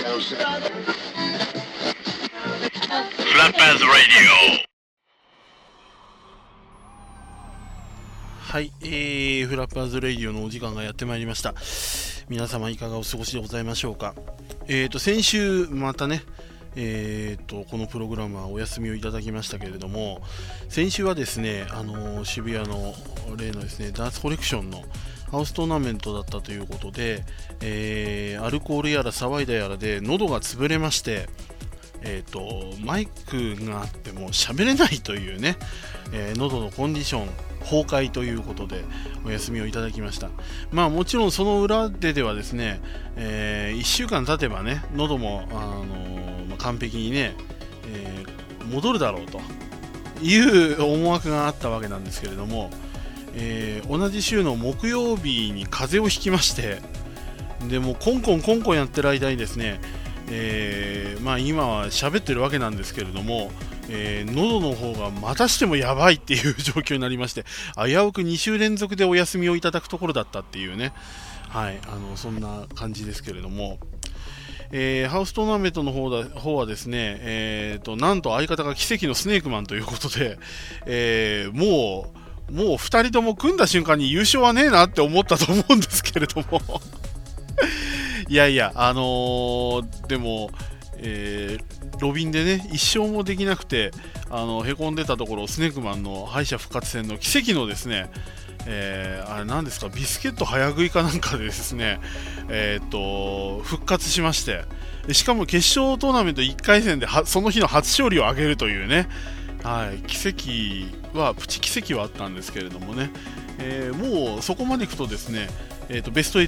フラッパーズラディオ。はい、フラッパーズレイディオのお時間がやってまいりました。皆様いかがお過ごしでございましょうか。先週またね、このプログラムはお休みをいただきましたけれども、先週はですね、渋谷の例のですね、ダーツコレクションのハウストーナメントだったということで、アルコールやら騒いだやらで喉が潰れまして、マイクがあっても喋れないというね、喉のコンディション崩壊ということでお休みをいただきました。まあもちろんその裏ではですね、1週間経てばね、喉も、完璧にね、戻るだろうという思惑があったわけなんですけれども、同じ週の木曜日に風邪をひきまして、でもコンコンやってる間にですね、まあ今は喋ってるわけなんですけれども、喉の方がまたしてもやばいっていう状況になりまして、危うく2週連続でお休みをいただくところだったっていうね、はい、そんな感じですけれども、ハウストーナメントの方はですね、なんと相方が奇跡のスネークマンということで、もう2人とも組んだ瞬間に優勝はねえなって思ったと思うんですけれどもいやいや、でも、ロビンでね、1勝もできなくてへこんでたところ、スネークマンの敗者復活戦の奇跡のですね、あれ何ですか、ビスケット早食いかなんかでですね、復活しまして、しかも決勝トーナメント1回戦でその日の初勝利を挙げるというね、はい、プチ奇跡はあったんですけれどもね、もうそこまでいくとですね、ベスト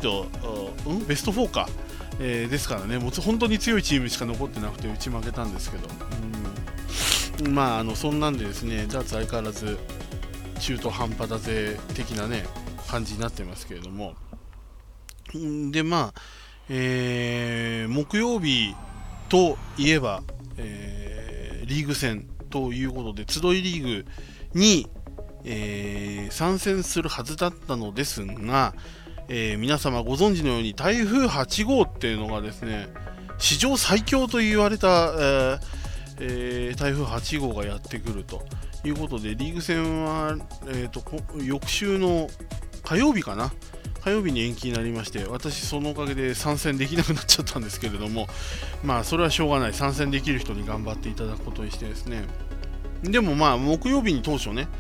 8、ベスト4か、ですからね、もう本当に強いチームしか残ってなくて打ち負けたんですけど、まあそんなんでですね、ダーツ相変わらず中途半端だぜ的なね感じになってますけれども、でまあ、木曜日といえば、リーグ戦ということで集いリーグに、参戦するはずだったのですが、皆様ご存知のように台風8号っていうのがですね、史上最強と言われた、台風8号がやってくるということで、リーグ戦は、翌週の火曜日に延期になりまして、私そのおかげで参戦できなくなっちゃったんですけれども、まあそれはしょうがない、参戦できる人に頑張っていただくことにしてですね、でもまあ木曜日に当初ね、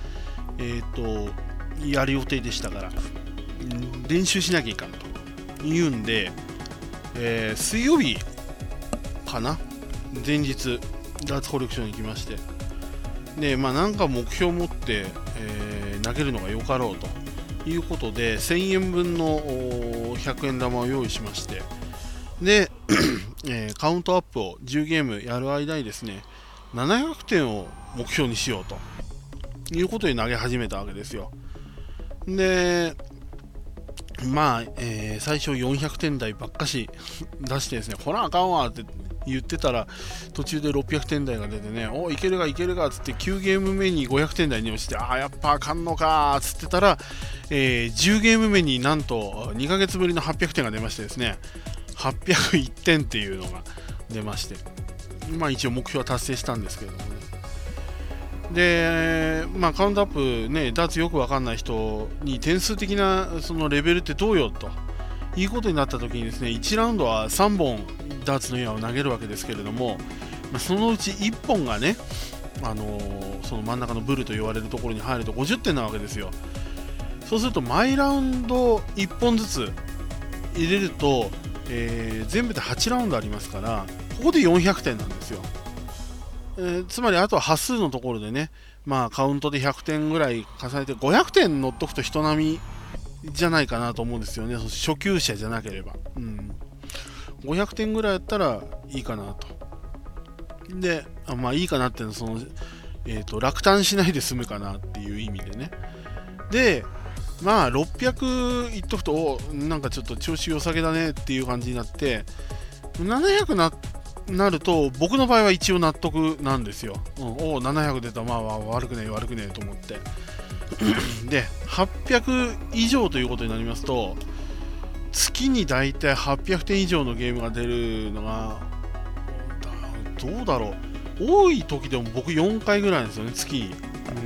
やる予定でしたから練習しなきゃいかんというんで、水曜日かな、前日ダーツコレクションに行きまして、でまあなんか目標を持って、投げるのがよかろうということで1000円分の100円玉を用意しまして、で、カウントアップを10ゲームやる間にですね、700点を目標にしようということで投げ始めたわけですよ。でまあ、最初400点台ばっかし出してですね、こらあかんわって言ってたら、途中で600点台が出てね、おいけるがっつって9ゲーム目に500点台に落ちて、やっぱあかんのかっつってたら、10ゲーム目になんと2ヶ月ぶりの800点が出ましてですね、801点っていうのが出まして、まあ一応目標は達成したんですけれどもね。でまあカウントアップね、ダーツよくわかんない人に点数的なそのレベルってどうよということになった時にですね、1ラウンドは3本ダーツの矢を投げるわけですけれども、そのうち1本がね、その真ん中のブルと言われるところに入ると50点なわけですよ。そうすると毎ラウンド1本ずつ入れると、全部で8ラウンドありますから、ここで400点なんですよ。つまりあとは端数のところでね、まあカウントで100点ぐらい重ねて500点乗っとくと人並みじゃないかなと思うんですよね、初級者じゃなければ、500点ぐらいやったらいいかなと。でまあいいかなっていうのはその、落胆しないで済むかなっていう意味でね。でまあ600いっとくとなんかちょっと調子良さげだねっていう感じになって、700なると僕の場合は一応納得なんですよ。700出た、まあ悪くねえと思ってで800以上ということになりますと、 月にだいたい800点以上のゲームが出るのがどうだろう、多い時でも僕4回ぐらいですよね、月に。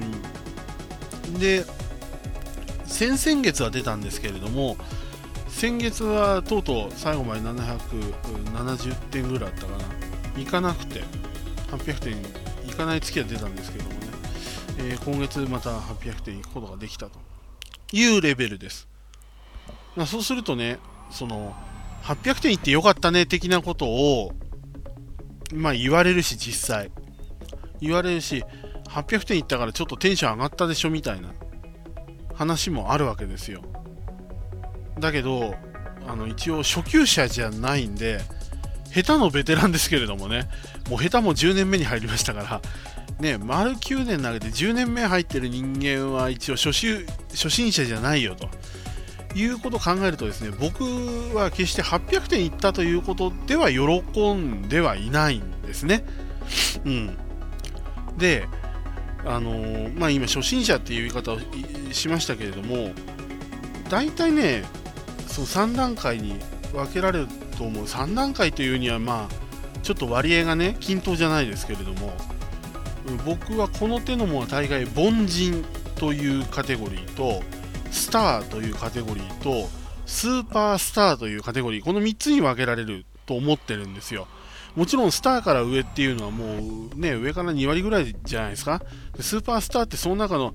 で先々月は出たんですけれども、先月はとうとう最後まで770点ぐらいあったかな、いかなくて800点いかない月は出たんですけどもね、今月また800点いくことができたというレベルです。そうするとね、その800点いってよかったね的なことを言われるし、実際言われるし、800点いったからちょっとテンション上がったでしょみたいな話もあるわけですよ。だけど一応初級者じゃないんで、下手のベテランですけれどもね、もう下手も10年目に入りましたからね、丸9年投げて10年目入ってる人間は一応初心者じゃないよということを考えるとですね、僕は決して800点いったということでは喜んではいないんですね。で今初心者っていう言い方をしましたけれども、大体ねその3段階に分けられると思う。3段階というにはちょっと割合がね均等じゃないですけれども、僕はこの手のものは大概凡人というカテゴリーとスターというカテゴリーとスーパースターというカテゴリー、この3つに分けられると思ってるんですよ。もちろんスターから上っていうのはもうね、上から2割ぐらいじゃないですか。スーパースターってその中の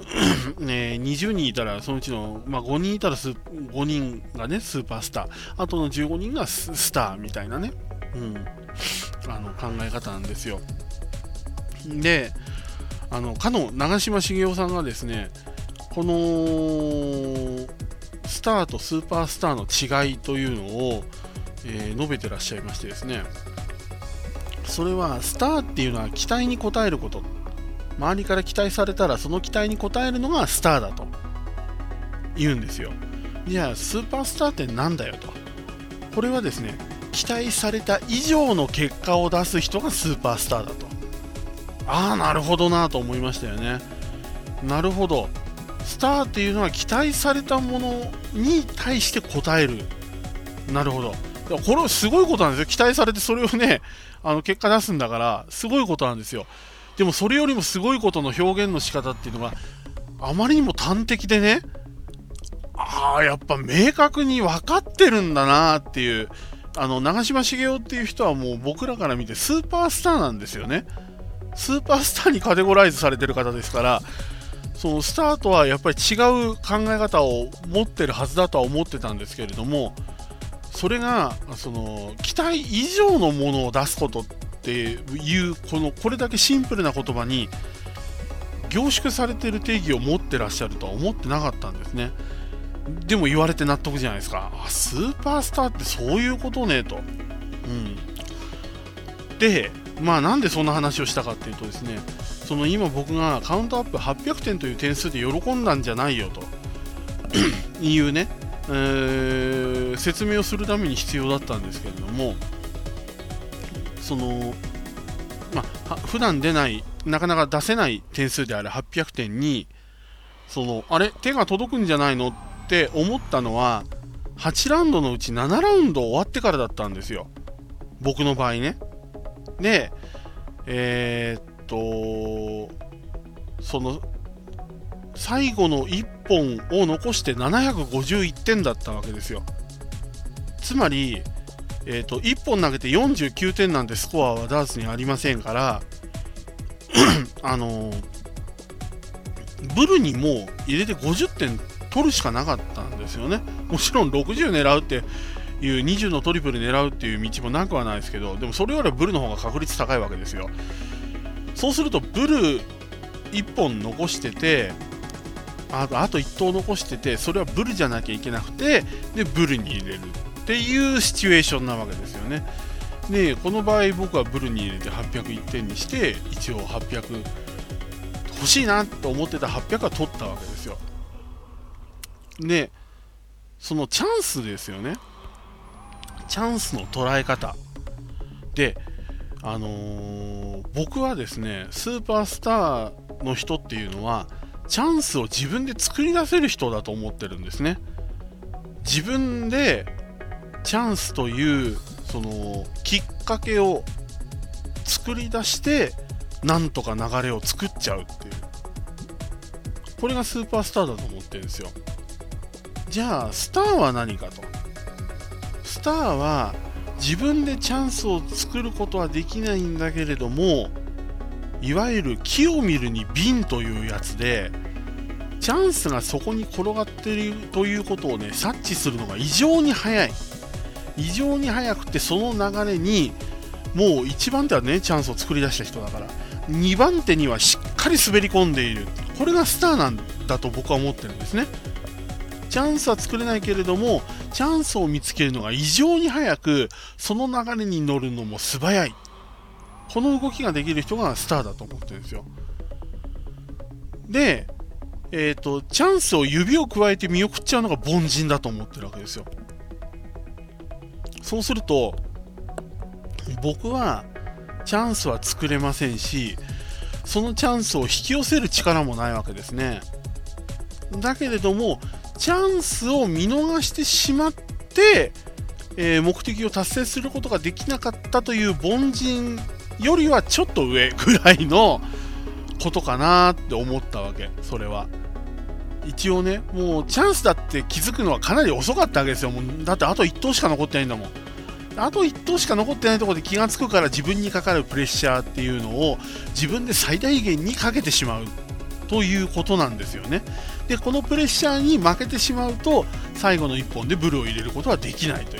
20人いたらそのうちの、5人いたら5人がねスーパースター、あとの15人がスターみたいなね、考え方なんですよ。でかの長嶋茂雄さんがですね、このスターとスーパースターの違いというのを、述べてらっしゃいましてですね、それはスターっていうのは期待に応えること、周りから期待されたらその期待に応えるのがスターだと言うんですよ。じゃあスーパースターってなんだよと。これはですね、期待された以上の結果を出す人がスーパースターだと。なるほどなと思いましたよね。なるほど、スターっていうのは期待されたものに対して応える。なるほど、これはすごいことなんですよ。期待されてそれをね結果出すんだからすごいことなんですよ。でもそれよりもすごいことの表現の仕方っていうのがあまりにも端的でね、やっぱ明確に分かってるんだなっていう。長嶋茂雄っていう人はもう僕らから見てスーパースターなんですよね。スーパースターにカテゴライズされてる方ですから、そのスターとはやっぱり違う考え方を持ってるはずだとは思ってたんですけれども、それがその期待以上のものを出すことっていうこれだけシンプルな言葉に凝縮されている定義を持ってらっしゃるとは思ってなかったんですね。でも言われて納得じゃないですか。スーパースターってそういうことねと。でなんでそんな話をしたかっていうとですね、その今僕がカウントアップ800点という点数で喜んだんじゃないよというね、説明をするために必要だったんですけれども、その普段出ないなかなか出せない点数である800点に手が届くんじゃないのって思ったのは8ラウンドのうち7ラウンド終わってからだったんですよ、僕の場合ね。でその最後の1本を残して751点だったわけですよ。つまり、1本投げて49点なんてスコアはダーツにありませんからブルにもう入れて50点取るしかなかったんですよね。もちろん60狙うっていう20のトリプル狙うっていう道もなくはないですけど、でもそれよりはブルの方が確率高いわけですよ。そうするとブル1本残してて、あと1投残してて、それはブルじゃなきゃいけなくて、でブルに入れるっていうシチュエーションなわけですよね。でこの場合僕はブルに入れて801点にして、一応800欲しいなと思ってた800は取ったわけですよ。でそのチャンスですよね。チャンスの捉え方で、僕はですね、スーパースターの人っていうのはチャンスを自分で作り出せる人だと思ってるんですね。 自分でチャンスというそのきっかけを作り出してなんとか流れを作っちゃうっていう、これがスーパースターだと思ってるんですよ。じゃあスターは何かと。スターは自分でチャンスを作ることはできないんだけれども、いわゆる木を見るに瓶というやつで、チャンスがそこに転がっているということをね、察知するのが異常に早い。異常に早くて、その流れにもう1番手はねチャンスを作り出した人だから、2番手にはしっかり滑り込んでいる。これがスターなんだと僕は思ってるんですね。チャンスは作れないけれども、チャンスを見つけるのが異常に早く、その流れに乗るのも素早い。この動きができる人がスターだと思ってるんですよ。で、チャンスを指を加えて見送っちゃうのが凡人だと思ってるわけですよ。そうすると、僕はチャンスは作れませんし、そのチャンスを引き寄せる力もないわけですね。だけれども、チャンスを見逃してしまって、目的を達成することができなかったという凡人よりはちょっと上ぐらいのことかなって思ったわけ。それは一応ね、もうチャンスだって気づくのはかなり遅かったわけですよ。もうだってあと1投しか残ってないんだもん。あと1投しか残ってないところで気がつくから、自分にかかるプレッシャーっていうのを自分で最大限にかけてしまうということなんですよね。で、このプレッシャーに負けてしまうと、最後の1本でブルを入れることはできないという、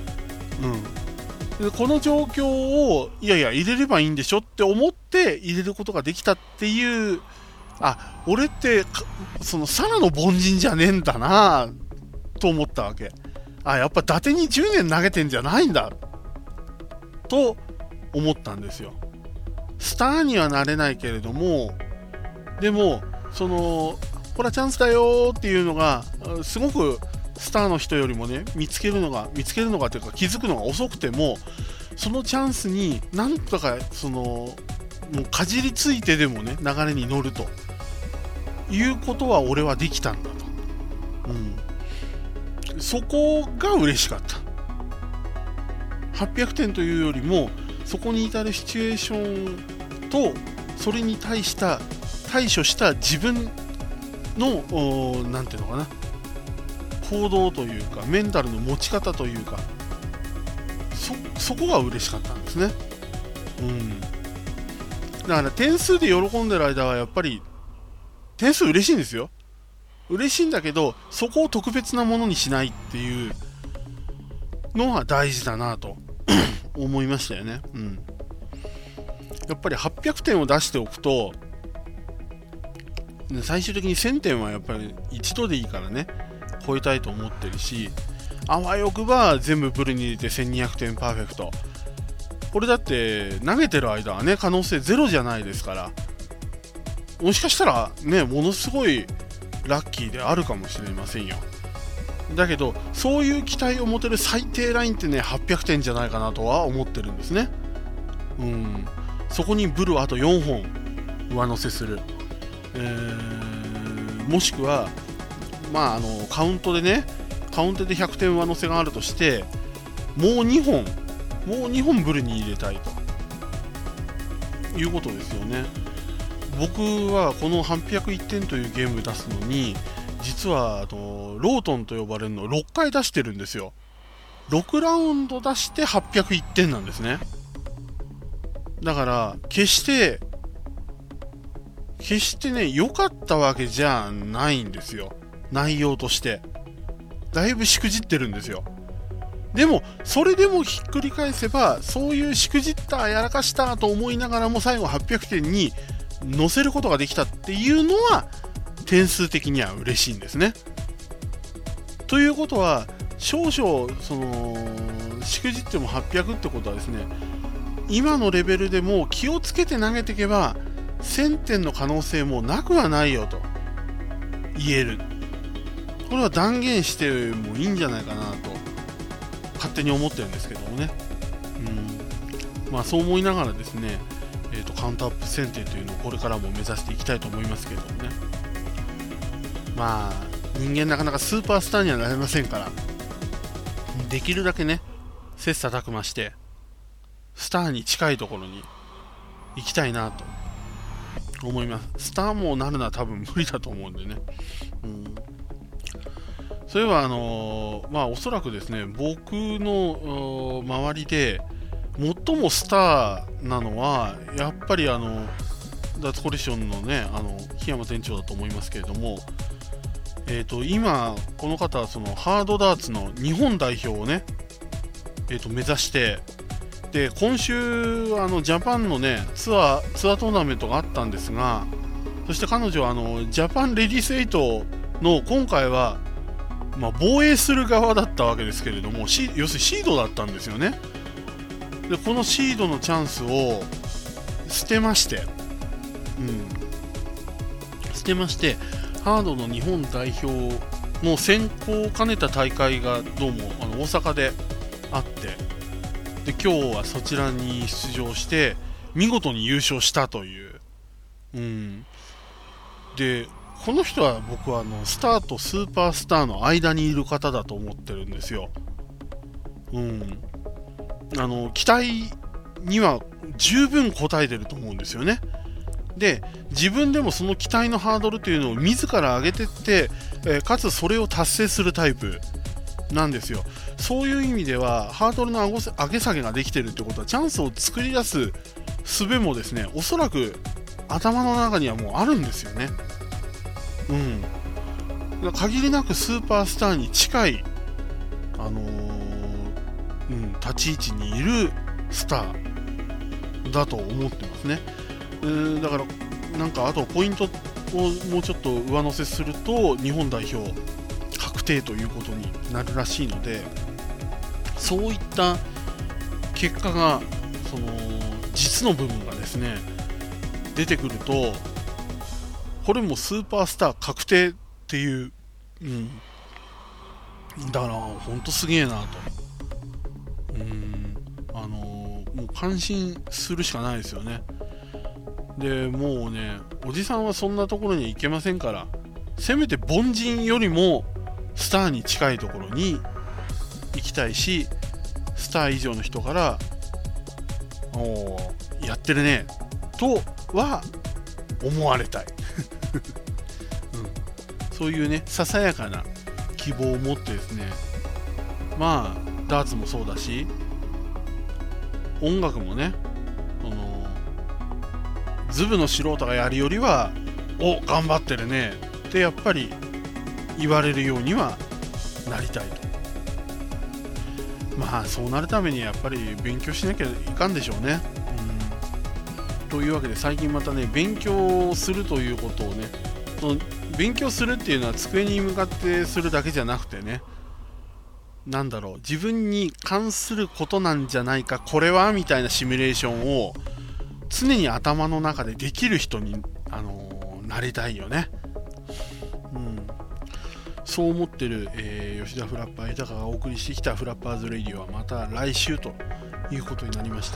でこの状況をいやいや入れればいいんでしょって思って入れることができたっていう、あ、俺ってそのサラの凡人じゃねえんだなと思ったわけ。あ、やっぱ伊達に10年投げてんじゃないんだと思ったんですよ。スターにはなれないけれども、でもそのこれはチャンスだよっていうのがすごくスターの人よりもね見つけるのがというか気づくのが遅くても、そのチャンスになんとかそのもうかじりついてでもね流れに乗るということは俺はできたんだと、そこが嬉しかった。800点というよりも、そこに至るシチュエーションとそれに対処した自分のなんていうのかな、行動というかメンタルの持ち方というか、そこが嬉しかったんですね。だから点数で喜んでる間はやっぱり点数嬉しいんですよ。嬉しいんだけど、そこを特別なものにしないっていうのは大事だなと思いましたよね。やっぱり800点を出しておくと、最終的に1000点はやっぱり一度でいいからね超えたいと思ってるし、あわよくば全部ブルに入れて1200点パーフェクト。これだって投げてる間はね可能性ゼロじゃないですから、もしかしたらねものすごいラッキーであるかもしれませんよ。だけどそういう期待を持てる最低ラインってね800点じゃないかなとは思ってるんですね。そこにブルをあと4本上乗せする、もしくはカウントで100点上乗せがあるとして、もう2本ブルに入れたいということですよね。僕はこの801点というゲーム出すのに、実はロートンと呼ばれるのを6回出してるんですよ。6ラウンド出して801点なんですね。だから決してね良かったわけじゃないんですよ。内容としてだいぶしくじってるんですよ。でもそれでもひっくり返せば、そういうしくじったやらかしたと思いながらも最後800点に乗せることができたっていうのは点数的には嬉しいんですね。ということは少々そのしくじっても800ってことはですね、今のレベルでも気をつけて投げていけば1000点の可能性もなくはないよと言える。これは断言してもいいんじゃないかなと勝手に思ってるんですけどもね。そう思いながらですね、カウントアップ1000点というのをこれからも目指していきたいと思いますけどもね。 人間なかなかスーパースターにはなれませんから、できるだけね切磋琢磨してスターに近いところに行きたいなと思います。スターもなるのは多分無理だと思うんでね、そういえばおそらくですね、僕の周りで最もスターなのはやっぱりダーツコレクションのね檜山店長だと思いますけれども、今この方はそのハードダーツの日本代表をね、目指して、で今週ジャパンのねツアートーナメントがあったんですが、そして彼女はジャパンレディス8の今回は防衛する側だったわけですけれども、要するにシードだったんですよね。でこのシードのチャンスを捨てまして、ハードの日本代表の選考を兼ねた大会がどうも大阪であって、で今日はそちらに出場して見事に優勝したという、でこの人は僕はスターとスーパースターの間にいる方だと思ってるんですよ。期待には十分応えてると思うんですよね。で自分でもその期待のハードルというのを自ら上げてって、かつそれを達成するタイプなんですよ。そういう意味ではハードルの上げ下げができてるってことは、チャンスを作り出す術もですね、おそらく頭の中にはもうあるんですよね。限りなくスーパースターに近い、立ち位置にいるスターだと思ってますね。だからなんかあとポイントをもうちょっと上乗せすると日本代表確定ということになるらしいので、そういった結果がその実の部分がですね出てくると、これもスーパースター確定っていう、だから本当すげえなと、もう感心するしかないですよね。でもうね、おじさんはそんなところには行けませんから、せめて凡人よりもスターに近いところに行きたいし、スター以上の人からやってるねとは思われたい、そういうねささやかな希望を持ってですね、ダーツもそうだし音楽もね、ズブの素人がやるよりは頑張ってるねってやっぱり言われるようにはなりたいと。そうなるためにやっぱり勉強しなきゃいかんでしょうね。というわけで最近またね勉強するということをね、勉強するっていうのは机に向かってするだけじゃなくてね、自分に関することなんじゃないかこれはみたいなシミュレーションを常に頭の中でできる人に、なりたいよね。そう思ってる、吉田フラッパー豊がお送りしてきたフラッパーズレイディオはまた来週ということになりまして、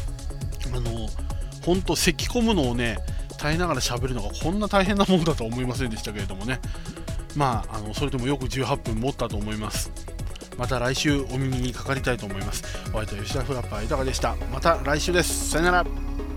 ほんと咳込むのをね耐えながら喋るのがこんな大変なもんだとは思いませんでしたけれどもね、それでもよく18分持ったと思います。また来週お耳にかかりたいと思います。お相手は吉田フラッパー豊でした。また来週です。さよなら。